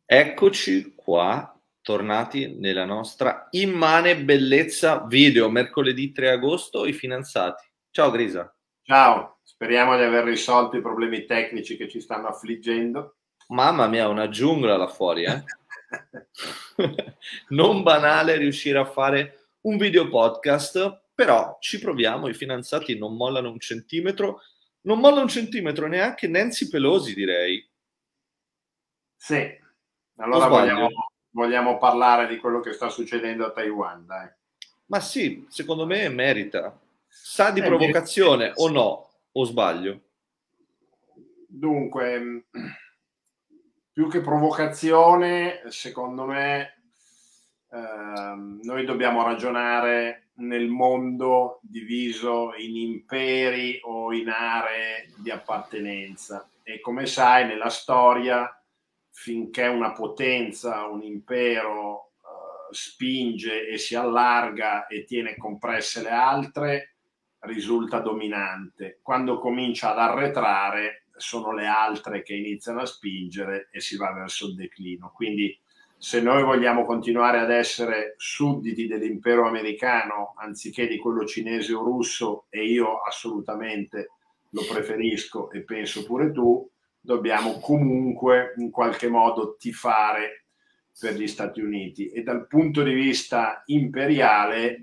Eccoci qua, tornati nella nostra immane bellezza video, mercoledì 3 agosto, i finanziati. Ciao Grisa. Ciao, speriamo di aver risolto i problemi tecnici che ci stanno affliggendo. Mamma mia, una giungla là fuori, eh? Non banale riuscire a fare un video podcast, però ci proviamo, i finanziati non mollano un centimetro, non molla un centimetro neanche Nancy Pelosi, direi. Sì, O allora sbaglio? vogliamo parlare di quello che sta succedendo a Taiwan, dai. Ma sì, secondo me merita. Sa di Direi provocazione o sì. no? O sbaglio? Dunque, più che provocazione, secondo me, noi dobbiamo ragionare nel mondo diviso in imperi o in aree di appartenenza. E come sai, nella storia, finché una potenza, un impero spinge e si allarga e tiene compresse le altre, risulta dominante. Quando comincia ad arretrare, sono le altre che iniziano a spingere e si va verso il declino. Quindi se noi vogliamo continuare ad essere sudditi dell'impero americano anziché di quello cinese o russo, e io assolutamente lo preferisco e penso pure tu, dobbiamo comunque in qualche modo tifare per gli Stati Uniti. E dal punto di vista imperiale,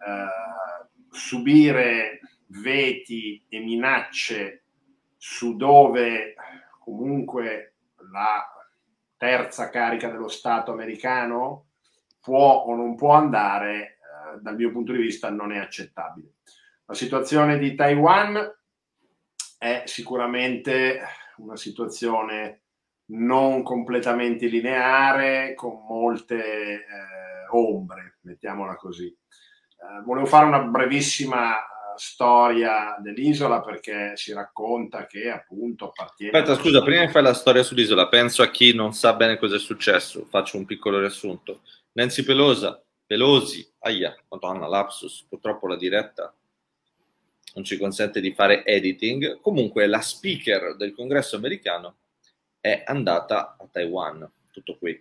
subire veti e minacce su dove comunque la terza carica dello Stato americano può o non può andare, dal mio punto di vista non è accettabile. La situazione di Taiwan è sicuramente una situazione non completamente lineare, con molte ombre, mettiamola così. Volevo fare una brevissima storia dell'isola perché si racconta che appunto appartiene Aspetta, allo scusa, Stato. prima di fare la storia sull'isola, penso a chi non sa bene cosa è successo. Faccio un piccolo riassunto. Nancy Pelosi, aia, madonna, lapsus, purtroppo la diretta non ci consente di fare editing. Comunque la speaker del congresso americano è andata a Taiwan, tutto qui.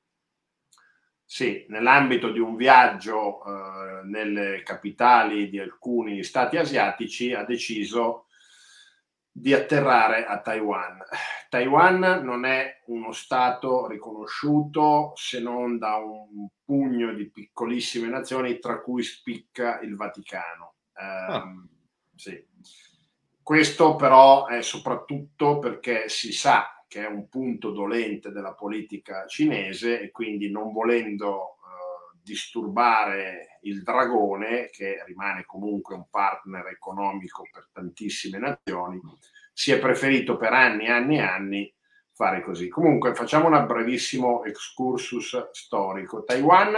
Sì, nell'ambito di un viaggio nelle capitali di alcuni stati asiatici ha deciso di atterrare a Taiwan. Taiwan non è uno stato riconosciuto se non da un pugno di piccolissime nazioni, tra cui spicca il Vaticano. Ah, Sì. Questo però è soprattutto perché si sa che è un punto dolente della politica cinese e quindi non volendo disturbare il dragone, che rimane comunque un partner economico per tantissime nazioni, si è preferito per anni e anni e anni fare così. Comunque facciamo un brevissimo excursus storico. Taiwan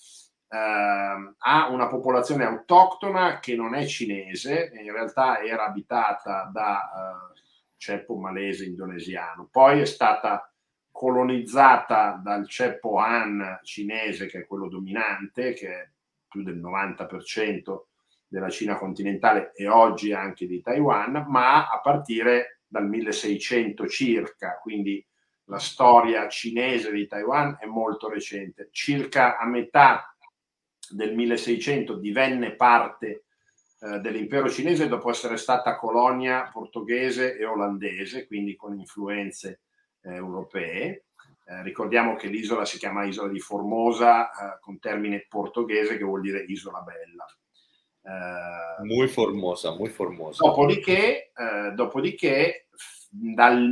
ha una popolazione autoctona che non è cinese, in realtà era abitata da ceppo malese indonesiano, poi è stata colonizzata dal ceppo Han cinese, che è quello dominante, che è più del 90% della Cina continentale e oggi anche di Taiwan, ma a partire dal 1600 circa, quindi la storia cinese di Taiwan è molto recente. Circa a metà del 1600 divenne parte dell'impero cinese dopo essere stata colonia portoghese e olandese, quindi con influenze europee. Ricordiamo che l'isola si chiama Isola di Formosa con termine portoghese che vuol dire isola bella. muy formosa, muy formosa. Dopodiché dal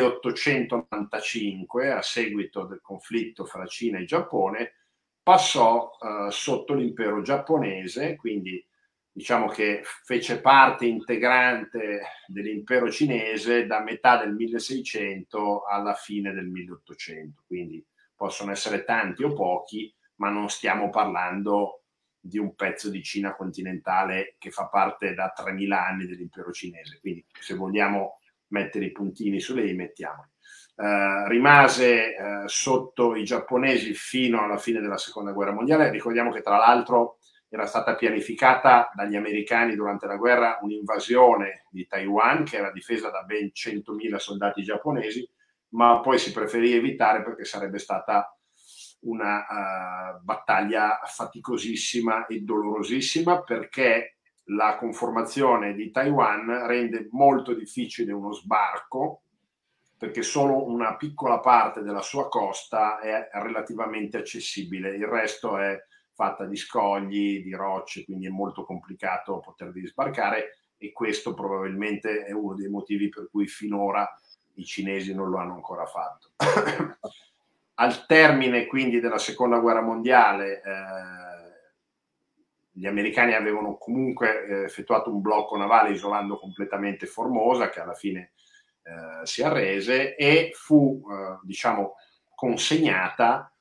1895, a seguito del conflitto fra Cina e Giappone, passò sotto l'impero giapponese, quindi diciamo che fece parte integrante dell'impero cinese da metà del 1600 alla fine del 1800, quindi possono essere tanti o pochi, ma non stiamo parlando di un pezzo di Cina continentale che fa parte da 3000 anni dell'impero cinese, quindi se vogliamo mettere i puntini sulle i mettiamoli. Rimase sotto i giapponesi fino alla fine della seconda guerra mondiale. Ricordiamo che tra l'altro era stata pianificata dagli americani durante la guerra un'invasione di Taiwan che era difesa da ben 100.000 soldati giapponesi, ma poi si preferì evitare perché sarebbe stata una battaglia faticosissima e dolorosissima, perché la conformazione di Taiwan rende molto difficile uno sbarco, perché solo una piccola parte della sua costa è relativamente accessibile, il resto è fatta di scogli, di rocce, quindi è molto complicato potervi sbarcare, e questo probabilmente è uno dei motivi per cui finora i cinesi non lo hanno ancora fatto. Al termine quindi della seconda guerra mondiale, gli americani avevano comunque effettuato un blocco navale isolando completamente Formosa, che alla fine si arrese e fu diciamo consegnata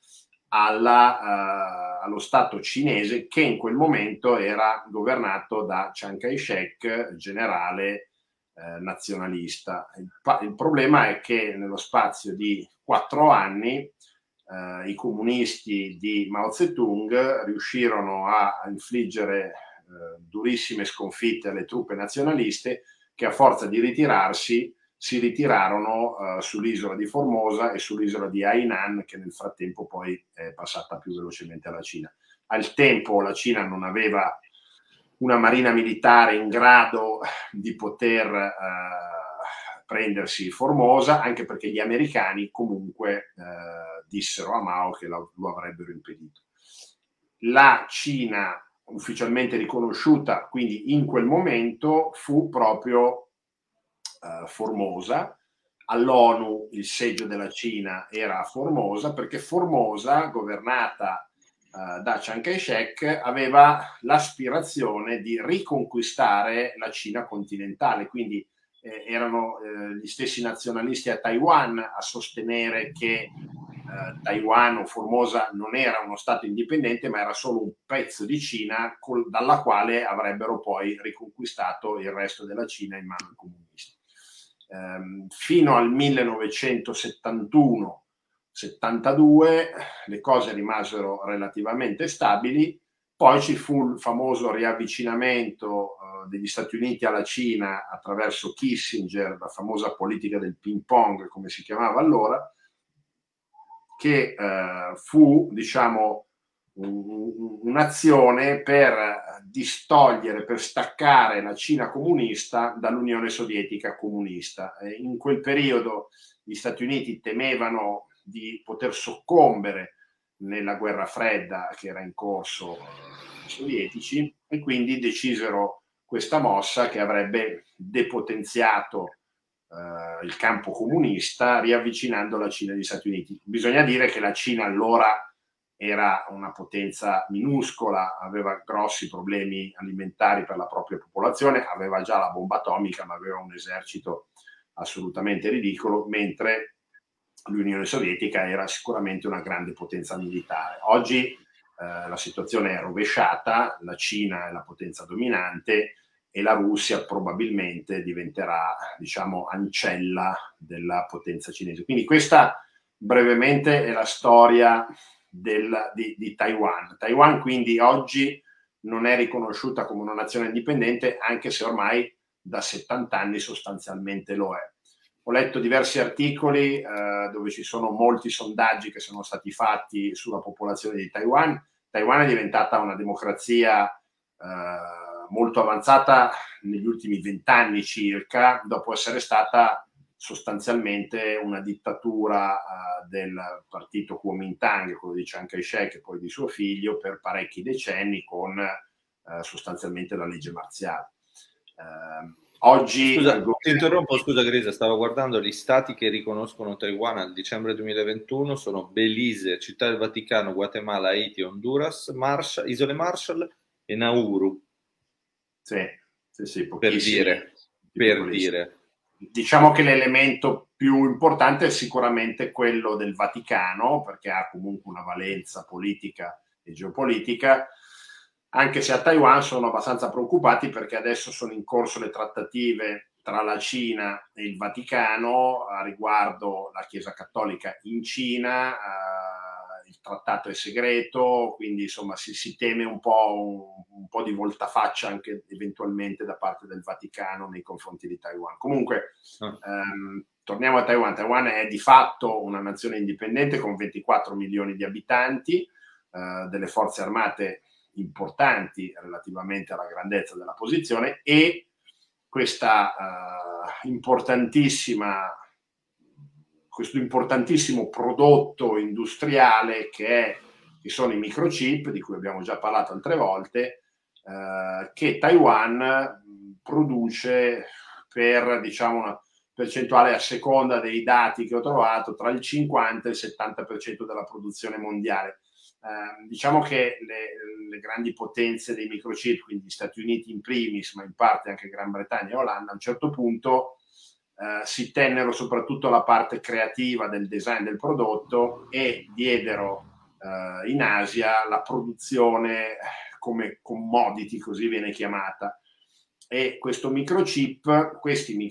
allo Stato cinese, che in quel momento era governato da Chiang Kai-shek, generale nazionalista. Il problema è che nello spazio di 4 anni i comunisti di Mao Zedong riuscirono a infliggere durissime sconfitte alle truppe nazionaliste, che a forza di ritirarsi si ritirarono sull'isola di Formosa e sull'isola di Hainan, che nel frattempo poi è passata più velocemente alla Cina. Al tempo la Cina non aveva una marina militare in grado di poter prendersi Formosa, anche perché gli americani comunque dissero a Mao che lo avrebbero impedito. La Cina, ufficialmente riconosciuta quindi in quel momento, fu proprio Formosa. All'ONU il seggio della Cina era a Formosa, perché Formosa, governata da Chiang Kai-shek, aveva l'aspirazione di riconquistare la Cina continentale, quindi erano gli stessi nazionalisti a Taiwan a sostenere che Taiwan o Formosa non era uno stato indipendente, ma era solo un pezzo di Cina dalla quale avrebbero poi riconquistato il resto della Cina in mano ai comunisti. Fino al 1971-72 le cose rimasero relativamente stabili, poi ci fu il famoso riavvicinamento degli Stati Uniti alla Cina attraverso Kissinger, la famosa politica del ping pong, come si chiamava allora, che fu, diciamo, un'azione per distogliere, per staccare la Cina comunista dall'Unione Sovietica comunista. In quel periodo gli Stati Uniti temevano di poter soccombere nella guerra fredda che era in corso ai sovietici, e quindi decisero questa mossa che avrebbe depotenziato il campo comunista, riavvicinando la Cina agli Stati Uniti. Bisogna dire che la Cina allora era una potenza minuscola, aveva grossi problemi alimentari per la propria popolazione, aveva già la bomba atomica, ma aveva un esercito assolutamente ridicolo, mentre l'Unione Sovietica era sicuramente una grande potenza militare. Oggi la situazione è rovesciata, la Cina è la potenza dominante e la Russia probabilmente diventerà, diciamo, ancella della potenza cinese. Quindi questa brevemente è la storia di Taiwan. Taiwan quindi oggi non è riconosciuta come una nazione indipendente, anche se ormai da 70 anni sostanzialmente lo è. Ho letto diversi articoli dove ci sono molti sondaggi che sono stati fatti sulla popolazione di Taiwan. Taiwan è diventata una democrazia molto avanzata negli ultimi 20 anni circa, dopo essere stata sostanzialmente una dittatura del partito Kuomintang, quello di Chiang Kai-shek e poi di suo figlio, per parecchi decenni, con sostanzialmente la legge marziale. Oggi scusa, ti interrompo, scusa Grisa, stavo guardando gli stati che riconoscono Taiwan al dicembre 2021, sono Belize, Città del Vaticano, Guatemala, Haiti, Honduras, Isole Marshall e Nauru. Sì, per dire. Diciamo che l'elemento più importante è sicuramente quello del Vaticano, perché ha comunque una valenza politica e geopolitica, anche se a Taiwan sono abbastanza preoccupati perché adesso sono in corso le trattative tra la Cina e il Vaticano a riguardo la Chiesa Cattolica in Cina. Il trattato è segreto, quindi insomma si teme un po' di voltafaccia anche eventualmente da parte del Vaticano nei confronti di Taiwan. Comunque torniamo a Taiwan. Taiwan è di fatto una nazione indipendente con 24 milioni di abitanti, delle forze armate importanti relativamente alla grandezza della posizione, e questa questo importantissimo prodotto industriale che sono i microchip, di cui abbiamo già parlato altre volte, che Taiwan produce per, diciamo, una percentuale, a seconda dei dati che ho trovato, tra il 50 e il 70% della produzione mondiale. Diciamo che le grandi potenze dei microchip, quindi gli Stati Uniti in primis, ma in parte anche Gran Bretagna e Olanda, a un certo punto si tennero soprattutto la parte creativa del design del prodotto e diedero in Asia la produzione come commodity, così viene chiamata. E questi microchip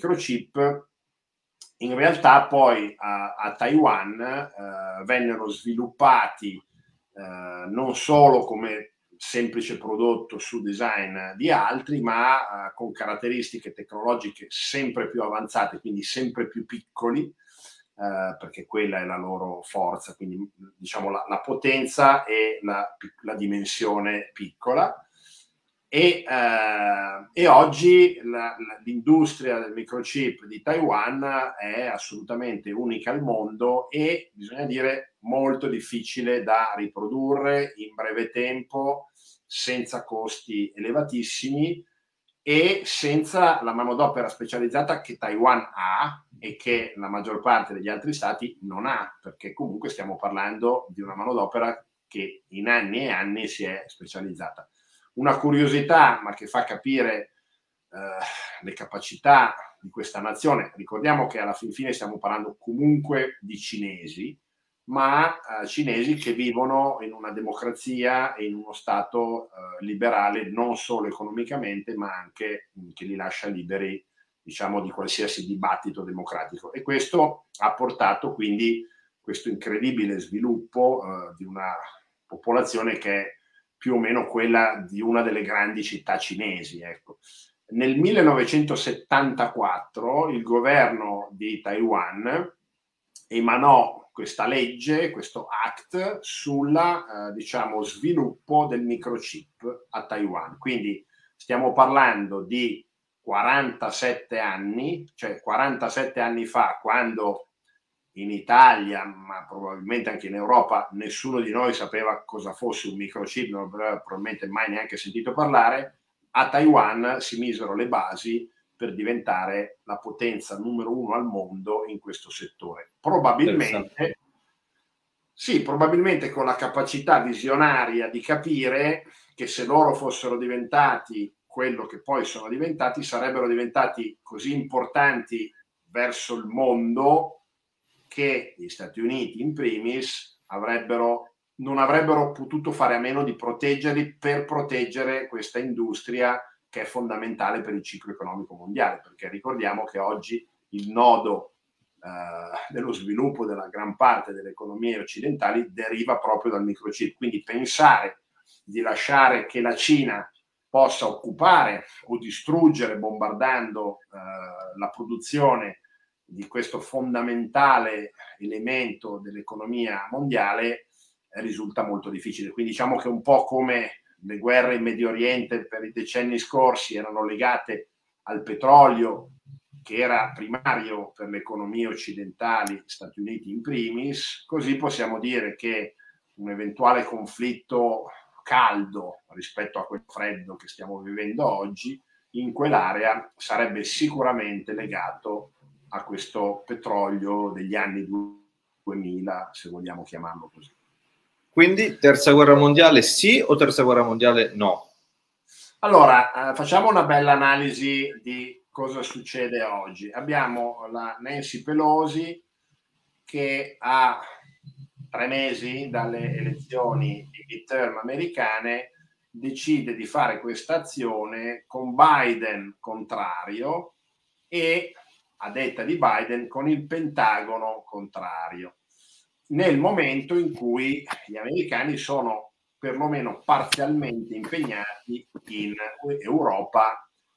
in realtà poi a Taiwan vennero sviluppati non solo come semplice prodotto su design di altri, ma con caratteristiche tecnologiche sempre più avanzate, quindi sempre più piccoli, perché quella è la loro forza, quindi diciamo la potenza e la dimensione piccola. E oggi l'industria del microchip di Taiwan è assolutamente unica al mondo e, bisogna dire, molto difficile da riprodurre in breve tempo, senza costi elevatissimi e senza la manodopera specializzata che Taiwan ha e che la maggior parte degli altri stati non ha, perché comunque stiamo parlando di una manodopera che in anni e anni si è specializzata. Una curiosità, ma che fa capire le capacità di questa nazione. Ricordiamo che alla fin fine stiamo parlando comunque di cinesi, ma cinesi che vivono in una democrazia e in uno stato liberale, non solo economicamente, ma anche che li lascia liberi, diciamo, di qualsiasi dibattito democratico. E questo ha portato quindi questo incredibile sviluppo di una popolazione che è più o meno quella di una delle grandi città cinesi. Ecco. Nel 1974 il governo di Taiwan emanò questa legge, questo act, sulla diciamo, sviluppo del microchip a Taiwan. Quindi stiamo parlando di 47 anni, cioè 47 anni fa, quando in Italia, ma probabilmente anche in Europa, nessuno di noi sapeva cosa fosse un microchip, non aveva probabilmente mai neanche sentito parlare. A Taiwan si misero le basi per diventare la potenza numero 1 al mondo in questo settore. Probabilmente con la capacità visionaria di capire che se loro fossero diventati quello che poi sono diventati, sarebbero diventati così importanti verso il mondo che gli Stati Uniti in primis non avrebbero potuto fare a meno di proteggerli per proteggere questa industria che è fondamentale per il ciclo economico mondiale, perché ricordiamo che oggi il nodo dello sviluppo della gran parte delle economie occidentali deriva proprio dal microchip. Quindi pensare di lasciare che la Cina possa occupare o distruggere bombardando la produzione di questo fondamentale elemento dell'economia mondiale risulta molto difficile. Quindi diciamo che un po' come le guerre in Medio Oriente per i decenni scorsi erano legate al petrolio, che era primario per le economie occidentali, Stati Uniti in primis, così possiamo dire che un eventuale conflitto caldo rispetto a quel freddo che stiamo vivendo oggi in quell'area sarebbe sicuramente legato a questo petrolio degli anni 2000, se vogliamo chiamarlo così. Quindi terza guerra mondiale sì o terza guerra mondiale no? Allora, facciamo una bella analisi di cosa succede oggi. Abbiamo la Nancy Pelosi che a 3 mesi dalle elezioni di midterm americane decide di fare questa azione con Biden contrario e, a detta di Biden, con il Pentagono contrario, nel momento in cui gli americani sono perlomeno parzialmente impegnati in Europa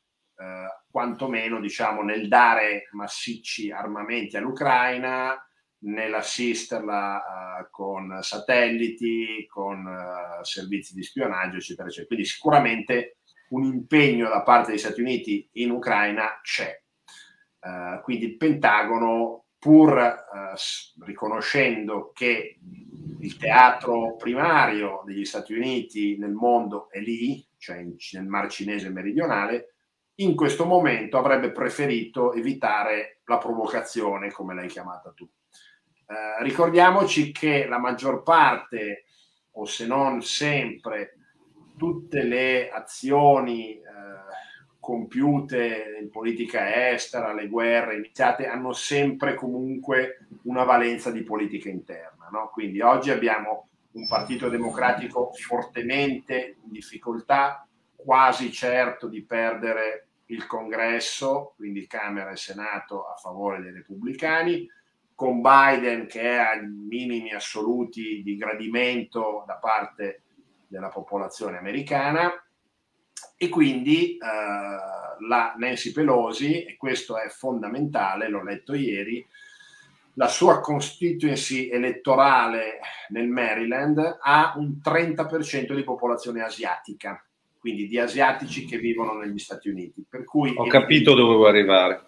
quantomeno diciamo nel dare massicci armamenti all'Ucraina, nell'assisterla con satelliti, con servizi di spionaggio, eccetera, eccetera. Quindi sicuramente un impegno da parte degli Stati Uniti in Ucraina c'è. Quindi il Pentagono, pur riconoscendo che il teatro primario degli Stati Uniti nel mondo è lì, cioè nel Mar Cinese meridionale, in questo momento avrebbe preferito evitare la provocazione, come l'hai chiamata tu. Ricordiamoci che la maggior parte, o se non sempre, tutte le azioni compiute in politica estera, le guerre iniziate, hanno sempre comunque una valenza di politica interna, no? Quindi oggi abbiamo un partito democratico fortemente in difficoltà, quasi certo di perdere il congresso, quindi Camera e Senato a favore dei repubblicani, con Biden che è ai minimi assoluti di gradimento da parte della popolazione americana, e quindi la Nancy Pelosi, e questo è fondamentale, l'ho letto ieri, la sua constituency elettorale nel Maryland ha un 30% di popolazione asiatica, quindi di asiatici che vivono negli Stati Uniti. Per cui ho capito dove vuoi arrivare.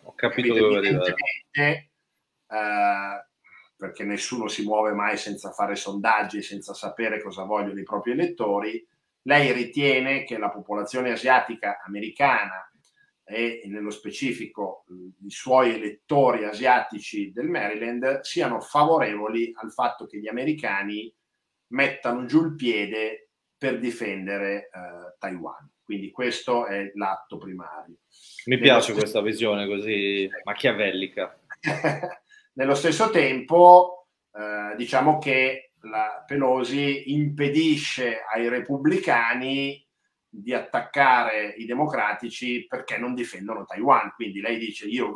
Perché nessuno si muove mai senza fare sondaggi e senza sapere cosa vogliono i propri elettori. Lei ritiene che la popolazione asiatica americana e nello specifico i suoi elettori asiatici del Maryland siano favorevoli al fatto che gli americani mettano giù il piede per difendere Taiwan. Quindi questo è l'atto primario. Mi piace questa visione così machiavellica. Nello stesso tempo, diciamo che la Pelosi impedisce ai repubblicani di attaccare i democratici perché non difendono Taiwan. Quindi lei dice: io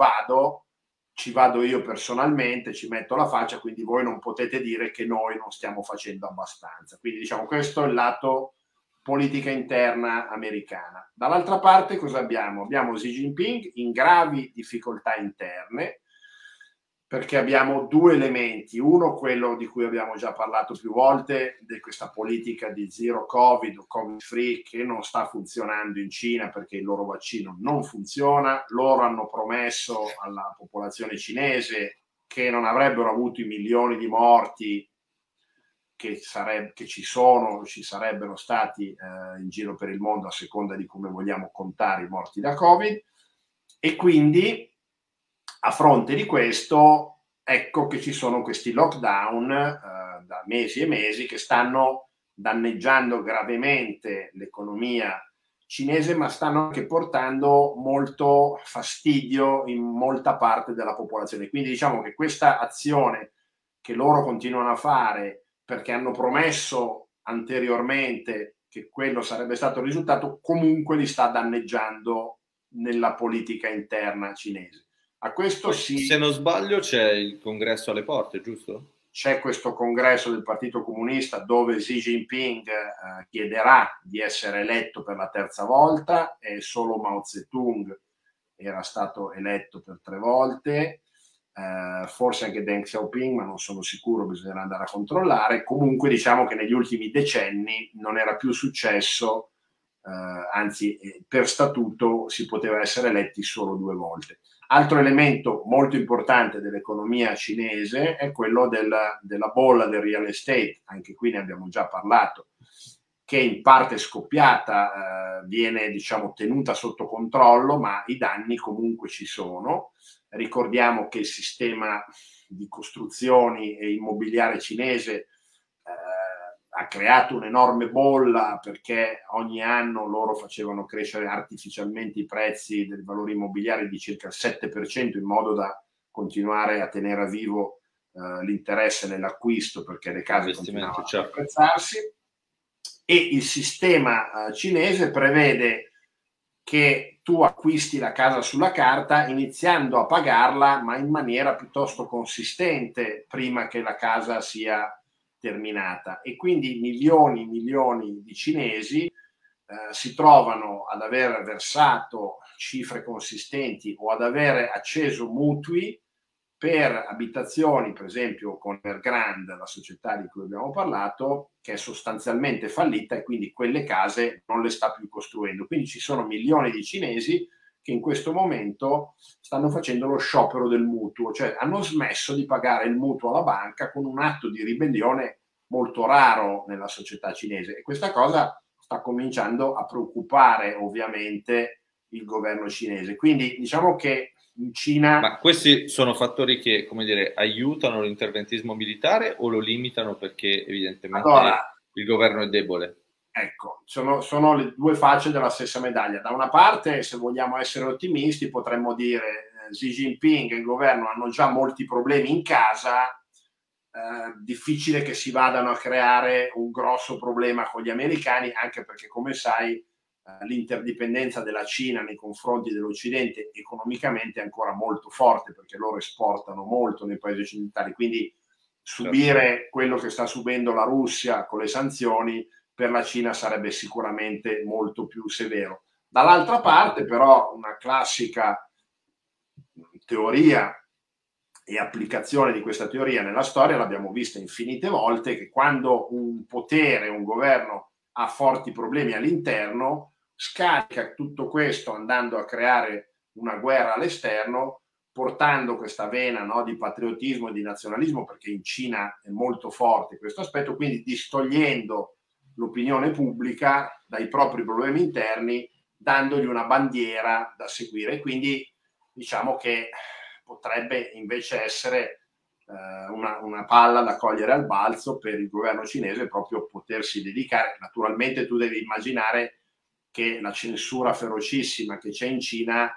ci vado io personalmente, ci metto la faccia, quindi voi non potete dire che noi non stiamo facendo abbastanza. Quindi diciamo questo è il lato politica interna americana. Dall'altra parte cosa abbiamo? Abbiamo Xi Jinping in gravi difficoltà interne, perché abbiamo due elementi. Uno, quello di cui abbiamo già parlato più volte, di questa politica di zero Covid o Covid free che non sta funzionando in Cina perché il loro vaccino non funziona. Loro hanno promesso alla popolazione cinese che non avrebbero avuto i milioni di morti che ci sarebbero stati in giro per il mondo, a seconda di come vogliamo contare i morti da Covid. E quindi a fronte di questo, ecco che ci sono questi lockdown da mesi e mesi che stanno danneggiando gravemente l'economia cinese, ma stanno anche portando molto fastidio in molta parte della popolazione. Quindi diciamo che questa azione che loro continuano a fare perché hanno promesso anteriormente che quello sarebbe stato il risultato, comunque li sta danneggiando nella politica interna cinese. A questo se non sbaglio c'è il congresso alle porte, giusto? C'è questo congresso del Partito Comunista dove Xi Jinping chiederà di essere eletto per la terza volta, e solo Mao Zedong era stato eletto per 3 volte, forse anche Deng Xiaoping, ma non sono sicuro, bisognerà andare a controllare. Comunque diciamo che negli ultimi decenni non era più successo, anzi per statuto si poteva essere eletti solo 2 volte. Altro elemento molto importante dell'economia cinese è quello della bolla del real estate, anche qui ne abbiamo già parlato, che in parte scoppiata, viene diciamo tenuta sotto controllo, ma i danni comunque ci sono. Ricordiamo che il sistema di costruzioni e immobiliare cinese ha creato un'enorme bolla perché ogni anno loro facevano crescere artificialmente i prezzi dei valori immobiliari di circa il 7% in modo da continuare a tenere a vivo l'interesse nell'acquisto, perché le case continuavano a apprezzarsi. E il sistema cinese prevede che tu acquisti la casa sulla carta iniziando a pagarla, ma in maniera piuttosto consistente prima che la casa sia terminata, e quindi milioni di cinesi si trovano ad aver versato cifre consistenti o ad avere acceso mutui per abitazioni, per esempio con Evergrande, la società di cui abbiamo parlato, che è sostanzialmente fallita e quindi quelle case non le sta più costruendo. Quindi ci sono milioni di cinesi che in questo momento stanno facendo lo sciopero del mutuo, cioè hanno smesso di pagare il mutuo alla banca con un atto di ribellione molto raro nella società cinese, e questa cosa sta cominciando a preoccupare ovviamente il governo cinese. Quindi diciamo che in Cina... Ma questi sono fattori che, come dire, aiutano l'interventismo militare o lo limitano perché evidentemente il governo è debole? Ecco, sono le due facce della stessa medaglia. Da una parte, se vogliamo essere ottimisti, potremmo dire Xi Jinping e il governo hanno già molti problemi in casa, difficile che si vadano a creare un grosso problema con gli americani, anche perché, come sai, l'interdipendenza della Cina nei confronti dell'Occidente economicamente è ancora molto forte, perché loro esportano molto nei paesi occidentali, quindi subire quello che sta subendo la Russia con le sanzioni per la Cina sarebbe sicuramente molto più severo. Dall'altra parte, però, una classica teoria e applicazione di questa teoria nella storia l'abbiamo vista infinite volte, che quando un potere, un governo ha forti problemi all'interno, scarica tutto questo andando a creare una guerra all'esterno, portando questa vena, no, di patriottismo e di nazionalismo, perché in Cina è molto forte questo aspetto, quindi distogliendo l'opinione pubblica dai propri problemi interni, dandogli una bandiera da seguire. Quindi diciamo che potrebbe invece essere una palla da cogliere al balzo per il governo cinese, proprio potersi dedicare. Naturalmente tu devi immaginare che la censura ferocissima che c'è in Cina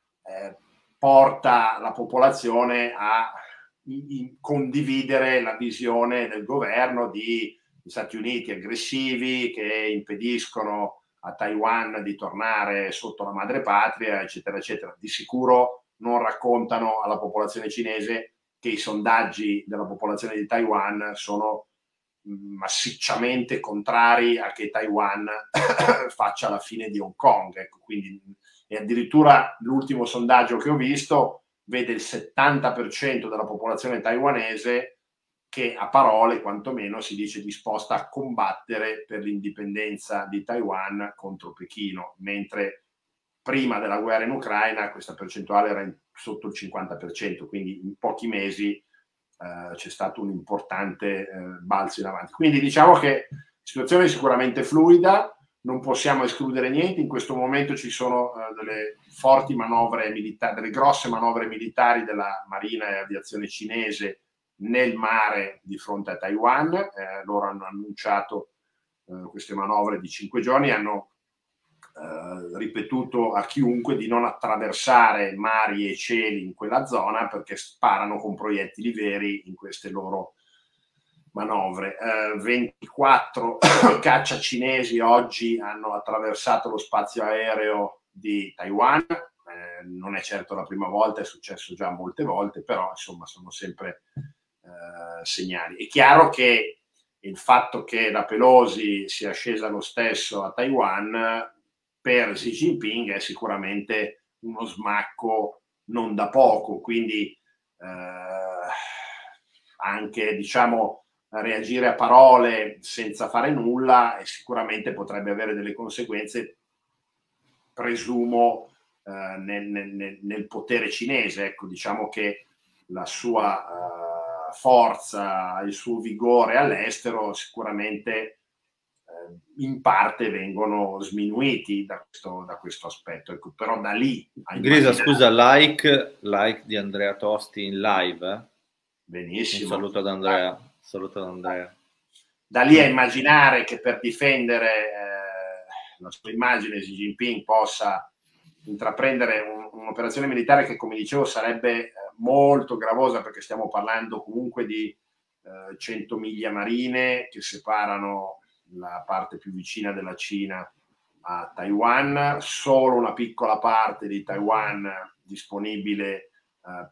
porta la popolazione a condividere la visione del governo di Stati Uniti aggressivi che impediscono a Taiwan di tornare sotto la madrepatria, eccetera, eccetera. Di sicuro non raccontano alla popolazione cinese che i sondaggi della popolazione di Taiwan sono massicciamente contrari a che Taiwan faccia la fine di Hong Kong. Ecco, quindi, e addirittura l'ultimo sondaggio che ho visto vede il 70% della popolazione taiwanese che a parole quantomeno si dice disposta a combattere per l'indipendenza di Taiwan contro Pechino, mentre prima della guerra in Ucraina questa percentuale era sotto il 50%, quindi in pochi mesi c'è stato un importante balzo in avanti. Quindi diciamo che la situazione è sicuramente fluida, non possiamo escludere niente. In questo momento ci sono delle forti manovre militari, delle grosse manovre militari della Marina e Aviazione cinese nel mare di fronte a Taiwan. Loro hanno annunciato queste manovre di 5 giorni, hanno ripetuto a chiunque di non attraversare mari e cieli in quella zona, perché sparano con proiettili veri in queste loro manovre. 24 caccia cinesi oggi hanno attraversato lo spazio aereo di Taiwan. Non è certo la prima volta, è successo già molte volte, però insomma sono sempre segnali. È chiaro che il fatto che la Pelosi sia scesa lo stesso a Taiwan per Xi Jinping è sicuramente uno smacco non da poco, quindi anche diciamo reagire a parole senza fare nulla e sicuramente potrebbe avere delle conseguenze, presumo, nel potere cinese. Ecco, diciamo che la sua forza, il suo vigore all'estero sicuramente in parte vengono sminuiti da questo aspetto. Ecco, però da lì a Grisa, scusa, like di Andrea Tosti in live. Benissimo. Un saluto ad Andrea. Saluto ad Andrea. Da lì a immaginare che per difendere la sua immagine Xi Jinping possa intraprendere un'operazione militare che, come dicevo, sarebbe molto gravosa, perché stiamo parlando comunque di 100 miglia marine che separano la parte più vicina della Cina a Taiwan, solo una piccola parte di Taiwan disponibile